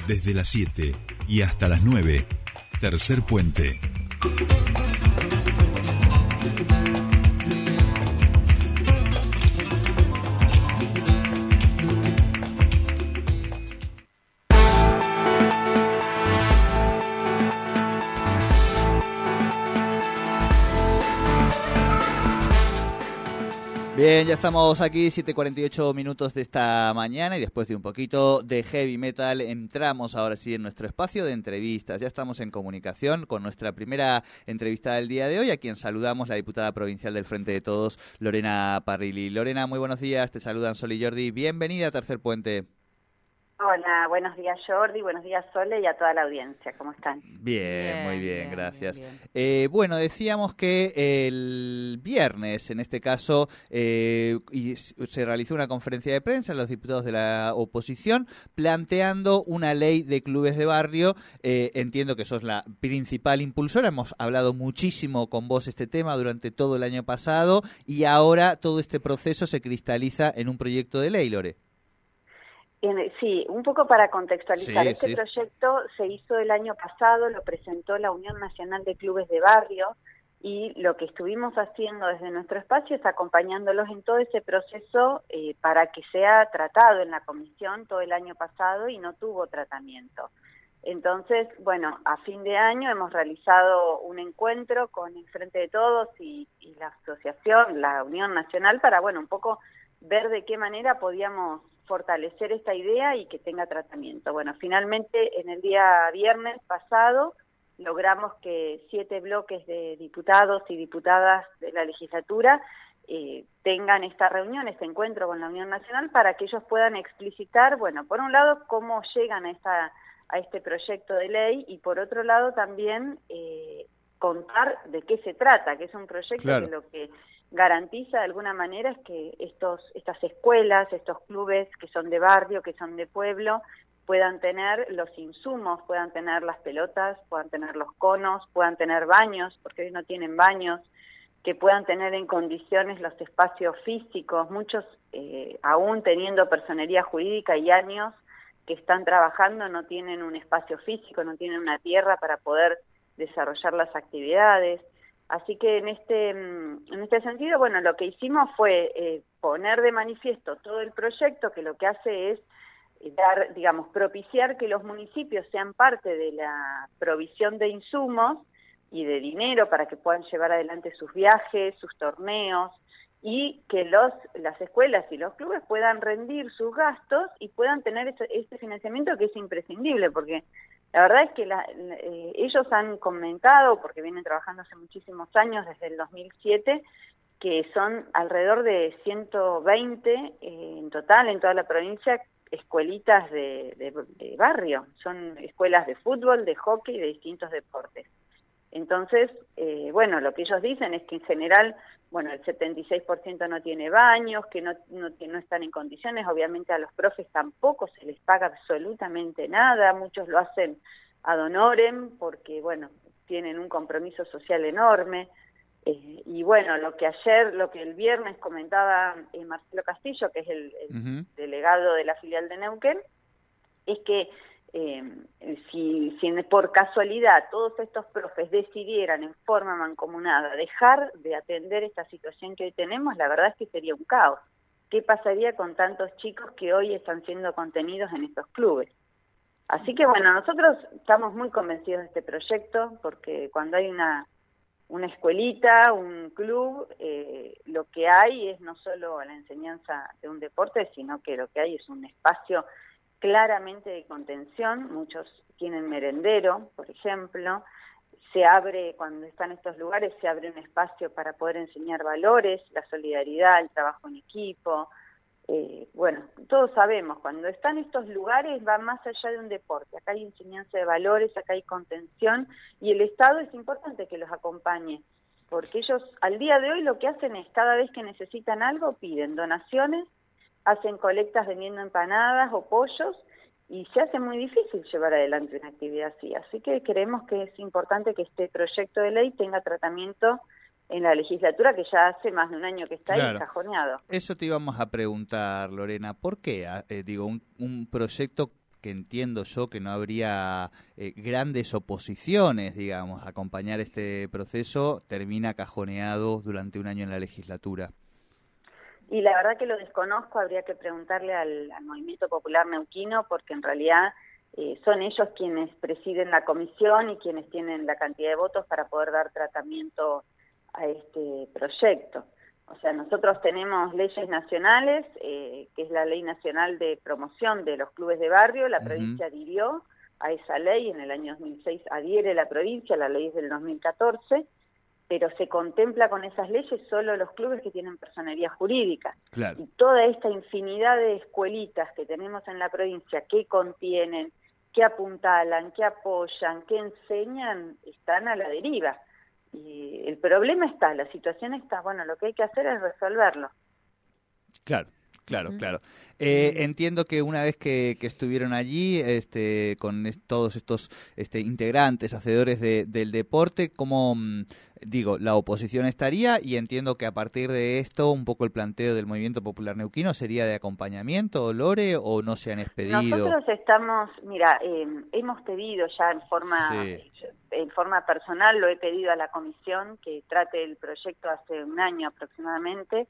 Desde las 7 y hasta las 9, Tercer Puente. Bien, ya estamos aquí, 7:48 minutos de esta mañana, y después de un poquito de heavy metal entramos ahora sí en nuestro espacio de entrevistas. Ya estamos en comunicación con nuestra primera entrevistada del día de hoy, a quien saludamos, la diputada provincial del Frente de Todos, Lorena Parrilli. Lorena, muy buenos días, te saludan Sol y Jordi. Bienvenida a Tercer Puente. Hola, buenos días Jordi, buenos días Sole y a toda la audiencia, ¿cómo están? Bien, muy bien, gracias. Bien. Bueno, decíamos que el viernes, en este caso, se realizó una conferencia de prensa los diputados de la oposición planteando una ley de clubes de barrio. Entiendo que sos la principal impulsora, hemos hablado muchísimo con vos este tema durante todo el año pasado y ahora todo este proceso se cristaliza en un proyecto de ley, Lore. Sí, un poco para contextualizar, Sí. Proyecto se hizo el año pasado, lo presentó la Unión Nacional de Clubes de Barrio y lo que estuvimos haciendo desde nuestro espacio es acompañándolos en todo ese proceso para que sea tratado en la comisión todo el año pasado y no tuvo tratamiento. Entonces, bueno, a fin de año hemos realizado un encuentro con el Frente de Todos y la asociación, la Unión Nacional, para, bueno, un poco ver de qué manera podíamos fortalecer esta idea y que tenga tratamiento. Bueno, finalmente en el día viernes pasado logramos que 7 bloques de diputados y diputadas de la legislatura tengan esta reunión, este encuentro con la Unión Nacional para que ellos puedan explicitar, bueno, por un lado cómo llegan a este proyecto de ley y por otro lado también contar de qué se trata, que es un proyecto Claro. que lo que garantiza de alguna manera es que estas escuelas, estos clubes que son de barrio, que son de pueblo, puedan tener los insumos, puedan tener las pelotas, puedan tener los conos, puedan tener baños, porque hoy no tienen baños, que puedan tener en condiciones los espacios físicos, muchos aún teniendo personería jurídica y años que están trabajando no tienen un espacio físico, no tienen una tierra para poder desarrollar las actividades. Así que en este sentido, bueno, lo que hicimos fue poner de manifiesto todo el proyecto, que lo que hace es dar, digamos, propiciar que los municipios sean parte de la provisión de insumos y de dinero para que puedan llevar adelante sus viajes, sus torneos, y que las escuelas y los clubes puedan rendir sus gastos y puedan tener este financiamiento que es imprescindible, porque la verdad es que ellos han comentado, porque vienen trabajando hace muchísimos años, desde el 2007, que son alrededor de 120 en total, en toda la provincia, escuelitas de barrio. Son escuelas de fútbol, de hockey, de distintos deportes. Entonces, bueno, lo que ellos dicen es que en general, bueno, el 76% no tiene baños, que no están en condiciones. Obviamente a los profes tampoco se les paga absolutamente nada, muchos lo hacen ad honorem porque, bueno, tienen un compromiso social enorme. Y bueno, lo que el viernes comentaba Marcelo Castillo, que es el delegado de la filial de Neuquén, es que si por casualidad todos estos profes decidieran en forma mancomunada dejar de atender esta situación que hoy tenemos, la verdad es que sería un caos. ¿Qué pasaría con tantos chicos que hoy están siendo contenidos en estos clubes? Así que bueno, nosotros estamos muy convencidos de este proyecto, porque cuando hay una escuelita, un club, lo que hay es no solo la enseñanza de un deporte, sino que lo que hay es un espacio claramente de contención. Muchos tienen merendero, por ejemplo. Se abre, cuando están en estos lugares, se abre un espacio para poder enseñar valores, la solidaridad, el trabajo en equipo. Bueno, todos sabemos, cuando están estos lugares va más allá de un deporte. Acá hay enseñanza de valores, acá hay contención, y el Estado es importante que los acompañe, porque ellos al día de hoy lo que hacen es, cada vez que necesitan algo, piden donaciones, hacen colectas vendiendo empanadas o pollos, y se hace muy difícil llevar adelante una actividad así. Así que creemos que es importante que este proyecto de ley tenga tratamiento en la legislatura, que ya hace más de un año que está ahí encajoneado. Eso te íbamos a preguntar, Lorena. ¿Por qué, un proyecto que entiendo yo que no habría grandes oposiciones, digamos, a acompañar este proceso, termina cajoneado durante un año en la legislatura. Y la verdad que lo desconozco, habría que preguntarle al Movimiento Popular Neuquino, porque en realidad son ellos quienes presiden la comisión y quienes tienen la cantidad de votos para poder dar tratamiento a este proyecto. O sea, nosotros tenemos leyes nacionales, que es la Ley Nacional de Promoción de los Clubes de Barrio. La provincia adhirió a esa ley, en el año 2006 adhiere la provincia, la ley es del 2014, pero se contempla con esas leyes solo los clubes que tienen personería jurídica. Claro. Y toda esta infinidad de escuelitas que tenemos en la provincia, que contienen, que apuntalan, que apoyan, que enseñan, están a la deriva. Y el problema está, la situación está, bueno, lo que hay que hacer es resolverlo. Claro. Claro. Entiendo que una vez que estuvieron allí, con todos estos integrantes, hacedores del deporte, como digo, la oposición estaría, y entiendo que a partir de esto, un poco el planteo del Movimiento Popular Neuquino sería de acompañamiento, Lore, o no se han expedido. Nosotros estamos, mira, hemos pedido ya en forma personal, lo he pedido a la comisión que trate el proyecto hace un año aproximadamente.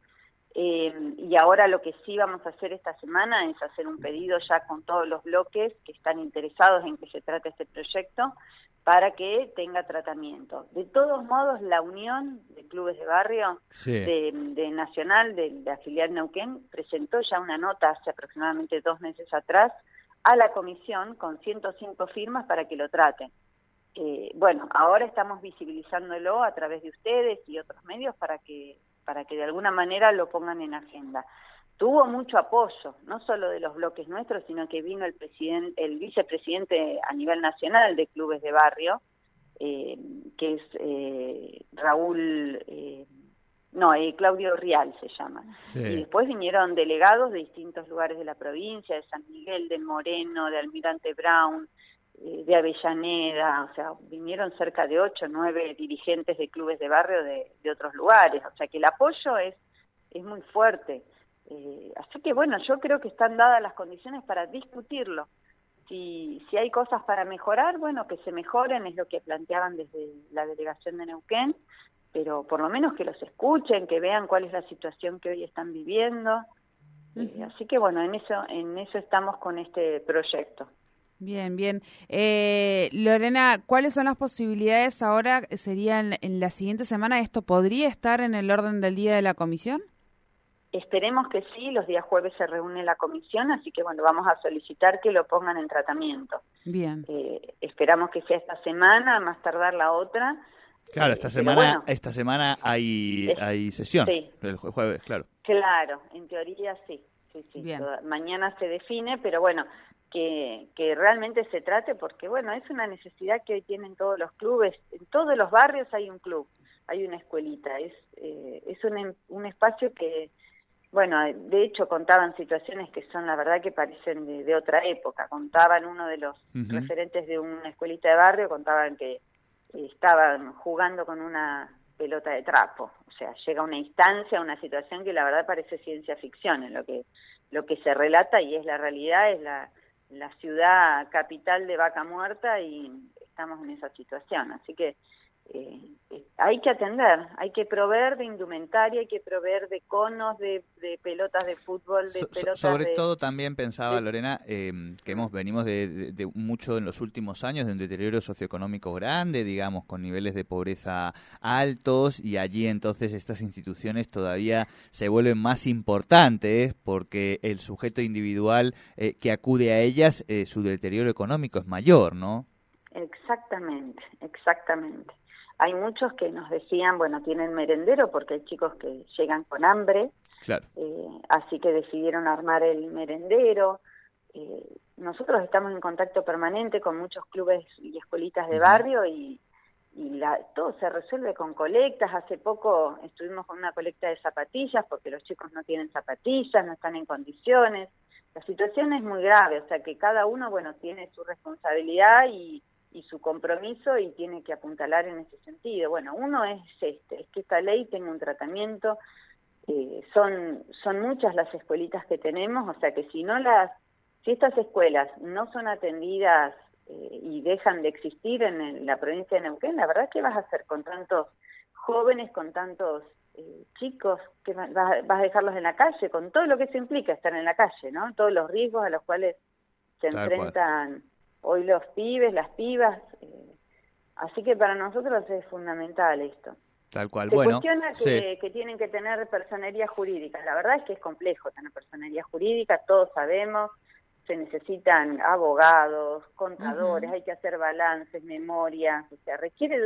Y ahora lo que sí vamos a hacer esta semana es hacer un pedido ya con todos los bloques que están interesados en que se trate este proyecto para que tenga tratamiento. De todos modos, la Unión de Clubes de Barrio de Nacional, de la filial Neuquén, presentó ya una nota hace aproximadamente 2 meses atrás a la comisión con 105 firmas para que lo traten. Bueno, ahora estamos visibilizándolo a través de ustedes y otros medios para que de alguna manera lo pongan en agenda. Tuvo mucho apoyo, no solo de los bloques nuestros, sino que vino el vicepresidente a nivel nacional de Clubes de Barrio, que es Claudio Rial se llama. Sí. Y después vinieron delegados de distintos lugares de la provincia, de San Miguel, de Moreno, de Almirante Brown, de Avellaneda, o sea, vinieron cerca de 8 o 9 dirigentes de clubes de barrio de otros lugares, o sea que el apoyo es muy fuerte. Así que bueno, yo creo que están dadas las condiciones para discutirlo. Si hay cosas para mejorar, bueno, que se mejoren, es lo que planteaban desde la delegación de Neuquén, pero por lo menos que los escuchen, que vean cuál es la situación que hoy están viviendo. Así que bueno, en eso estamos con este proyecto. Bien. Lorena, ¿cuáles son las posibilidades ahora? ¿Serían en la siguiente semana? ¿Esto podría estar en el orden del día de la comisión? Esperemos que sí, los días jueves se reúne la comisión, así que bueno, vamos a solicitar que lo pongan en tratamiento. Bien. Esperamos que sea esta semana, más tardar la otra. Claro, esta semana hay sesión, sí. El jueves, claro. Claro, en teoría sí. Bien. Mañana se define, pero bueno, que realmente se trate, porque bueno, es una necesidad que hoy tienen todos los clubes, en todos los barrios hay un club, hay una escuelita, es un espacio que, bueno, de hecho contaban situaciones que son la verdad que parecen de otra época. Contaban uno de los referentes de una escuelita de barrio, contaban que estaban jugando con una pelota de trapo, o sea, llega una instancia, una situación que la verdad parece ciencia ficción en lo que se relata, y es la realidad, es la ciudad capital de Vaca Muerta, y estamos en esa situación, así que hay que atender, hay que proveer de indumentaria, hay que proveer de conos, de pelotas de fútbol, de pelotas sobre todo también pensaba, Lorena, que venimos de mucho en los últimos años de un deterioro socioeconómico grande, digamos, con niveles de pobreza altos, y allí entonces estas instituciones todavía se vuelven más importantes porque el sujeto individual que acude a ellas, su deterioro económico es mayor, ¿no? Exactamente. Hay muchos que nos decían, bueno, tienen merendero porque hay chicos que llegan con hambre, claro. Así que decidieron armar el merendero. Nosotros estamos en contacto permanente con muchos clubes y escuelitas de barrio y todo se resuelve con colectas. Hace poco estuvimos con una colecta de zapatillas porque los chicos no tienen zapatillas, no están en condiciones. La situación es muy grave, o sea que cada uno, bueno, tiene su responsabilidad y su compromiso y tiene que apuntalar en ese sentido. Bueno, uno es que esta ley tenga un tratamiento. Son muchas las escuelitas que tenemos, o sea que si Si estas escuelas no son atendidas y dejan de existir en la provincia de Neuquén, la verdad, ¿qué vas a hacer con tantos jóvenes, con tantos chicos? Que vas a dejarlos en la calle, con todo lo que eso implica estar en la calle, ¿no? Todos los riesgos a los cuales se enfrentan hoy los pibes, las pibas. Así que para nosotros es fundamental esto. Tal cual. Se bueno, cuestiona que tienen que tener personería jurídica. La verdad es que es complejo tener personería jurídica, todos sabemos. Se necesitan abogados, contadores, hay que hacer balances, memorias, o sea, requiere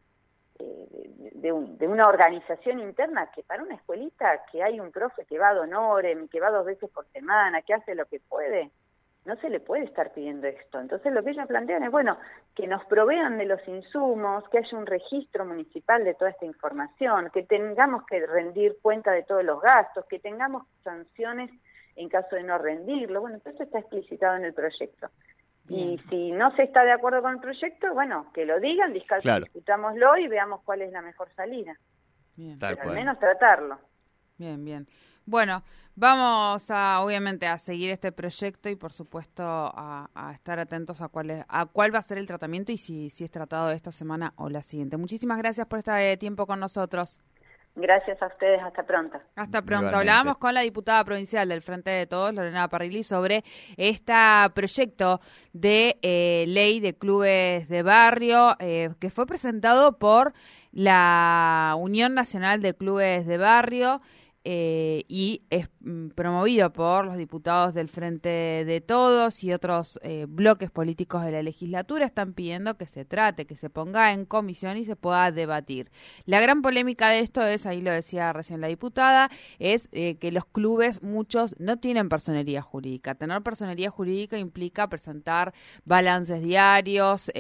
de una organización interna que para una escuelita que hay un profe que va ad honorem, que va 2 veces por semana, que hace lo que puede, no se le puede estar pidiendo esto. Entonces lo que ellos plantean es, bueno, que nos provean de los insumos, que haya un registro municipal de toda esta información, que tengamos que rendir cuenta de todos los gastos, que tengamos sanciones en caso de no rendirlo. Bueno, todo eso está explicitado en el proyecto. Bien. Y si no se está de acuerdo con el proyecto, bueno, que lo digan, discutámoslo y veamos cuál es la mejor salida. Bien. Pero al menos tratarlo. Bien. Bueno, vamos obviamente a seguir este proyecto y por supuesto a estar atentos a cuál va a ser el tratamiento y si es tratado esta semana o la siguiente. Muchísimas gracias por este tiempo con nosotros. Gracias a ustedes, hasta pronto. Hasta pronto. Igualmente. Hablábamos con la diputada provincial del Frente de Todos, Lorena Parrilli, sobre este proyecto de ley de clubes de barrio que fue presentado por la Unión Nacional de Clubes de Barrio y es promovido por los diputados del Frente de Todos y otros bloques políticos de la legislatura. Están pidiendo que se trate, que se ponga en comisión y se pueda debatir. La gran polémica de esto es, ahí lo decía recién la diputada, es que los clubes, muchos, no tienen personería jurídica. Tener personería jurídica implica presentar balances diarios,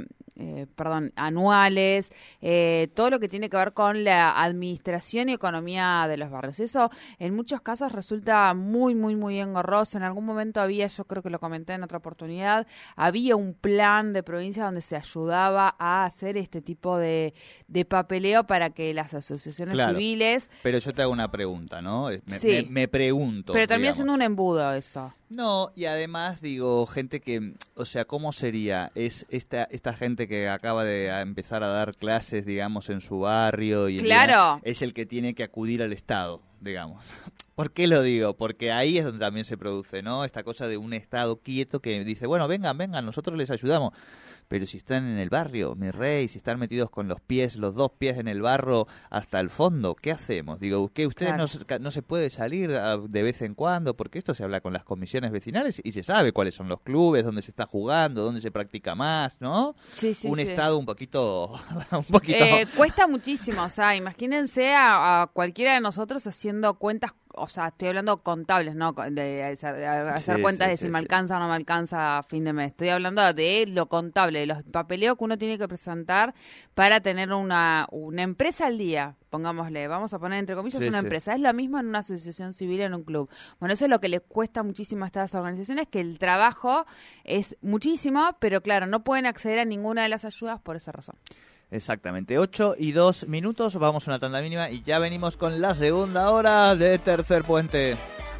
anuales, todo lo que tiene que ver con la administración y economía de los barrios. Eso en muchos casos resulta muy engorroso. En algún momento había, yo creo que lo comenté en otra oportunidad, había un plan de provincia donde se ayudaba a hacer este tipo de papeleo para que las asociaciones civiles... Pero yo te hago una pregunta, ¿no? Me pregunto. Pero termina siendo un embudo eso. No, y además digo, gente que, o sea, ¿cómo sería? Es esta gente que acaba de empezar a dar clases, digamos, en su barrio y es el que tiene que acudir al Estado, digamos. ¿Por qué lo digo? Porque ahí es donde también se produce, ¿no? Esta cosa de un Estado quieto que dice, bueno, vengan, nosotros les ayudamos. Pero si están en el barrio, mi rey, si están metidos con los 2 pies en el barro hasta el fondo, ¿qué hacemos? Digo, ¿qué ustedes no se puede salir de vez en cuando? Porque esto se habla con las comisiones vecinales y se sabe cuáles son los clubes, dónde se está jugando, dónde se practica más, ¿no? Sí, Estado un poquito... Cuesta muchísimo, o sea, imagínense a cualquiera de nosotros haciendo cuentas, o sea, estoy hablando contables, ¿no? De hacer cuentas de si me alcanza o no me alcanza a fin de mes. Estoy hablando de lo contable, de los papeleos que uno tiene que presentar para tener una empresa al día, pongámosle, vamos a poner entre comillas una empresa. Es lo mismo en una asociación civil, en un club. Bueno, eso es lo que le cuesta muchísimo a estas organizaciones, que el trabajo es muchísimo, pero claro, no pueden acceder a ninguna de las ayudas por esa razón. Exactamente, 8:02, vamos a una tanda mínima y ya venimos con la segunda hora de Tercer Puente.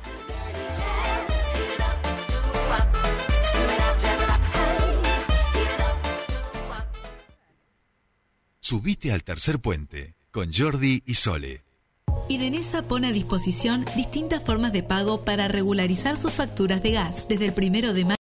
Subite al Tercer Puente con Jordi y Sole. Idenesa pone a disposición distintas formas de pago para regularizar sus facturas de gas. Desde el 1 de mayo